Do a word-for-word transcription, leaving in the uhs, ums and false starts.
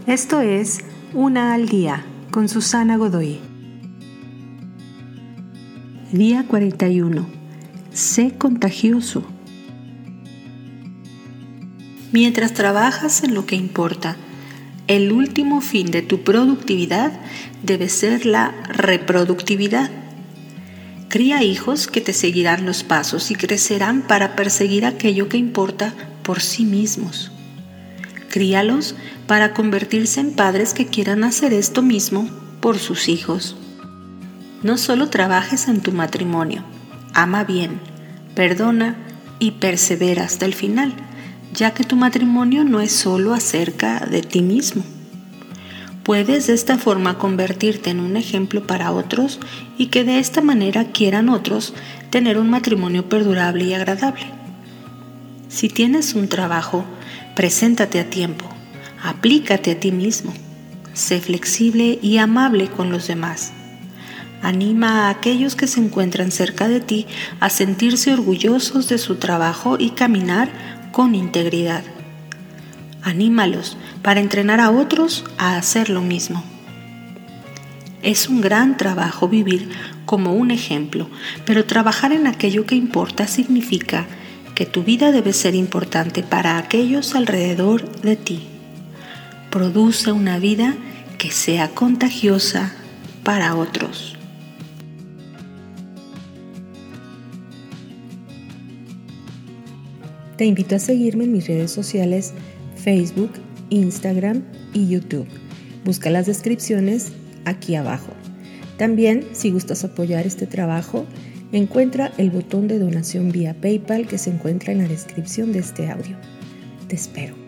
Esto es Una al Día con Susana Godoy. Día cuarenta y uno. Sé contagioso. Mientras trabajas en lo que importa, el último fin de tu productividad debe ser la reproductividad. Cría hijos que te seguirán los pasos y crecerán para perseguir aquello que importa por sí mismos. Críalos para convertirse en padres que quieran hacer esto mismo por sus hijos. No solo trabajes en tu matrimonio, ama bien, perdona y persevera hasta el final, ya que tu matrimonio no es solo acerca de ti mismo. Puedes de esta forma convertirte en un ejemplo para otros y que de esta manera quieran otros tener un matrimonio perdurable y agradable. Si tienes un trabajo, preséntate a tiempo, aplícate a ti mismo, sé flexible y amable con los demás. Anima a aquellos que se encuentran cerca de ti a sentirse orgullosos de su trabajo y caminar con integridad. Anímalos para entrenar a otros a hacer lo mismo. Es un gran trabajo vivir como un ejemplo, pero trabajar en aquello que importa significa que tu vida debe ser importante para aquellos alrededor de ti. Produce una vida que sea contagiosa para otros. Te invito a seguirme en mis redes sociales Facebook, Instagram y YouTube. Busca las descripciones aquí abajo. También, si gustas apoyar este trabajo, encuentra el botón de donación vía PayPal que se encuentra en la descripción de este audio. Te espero.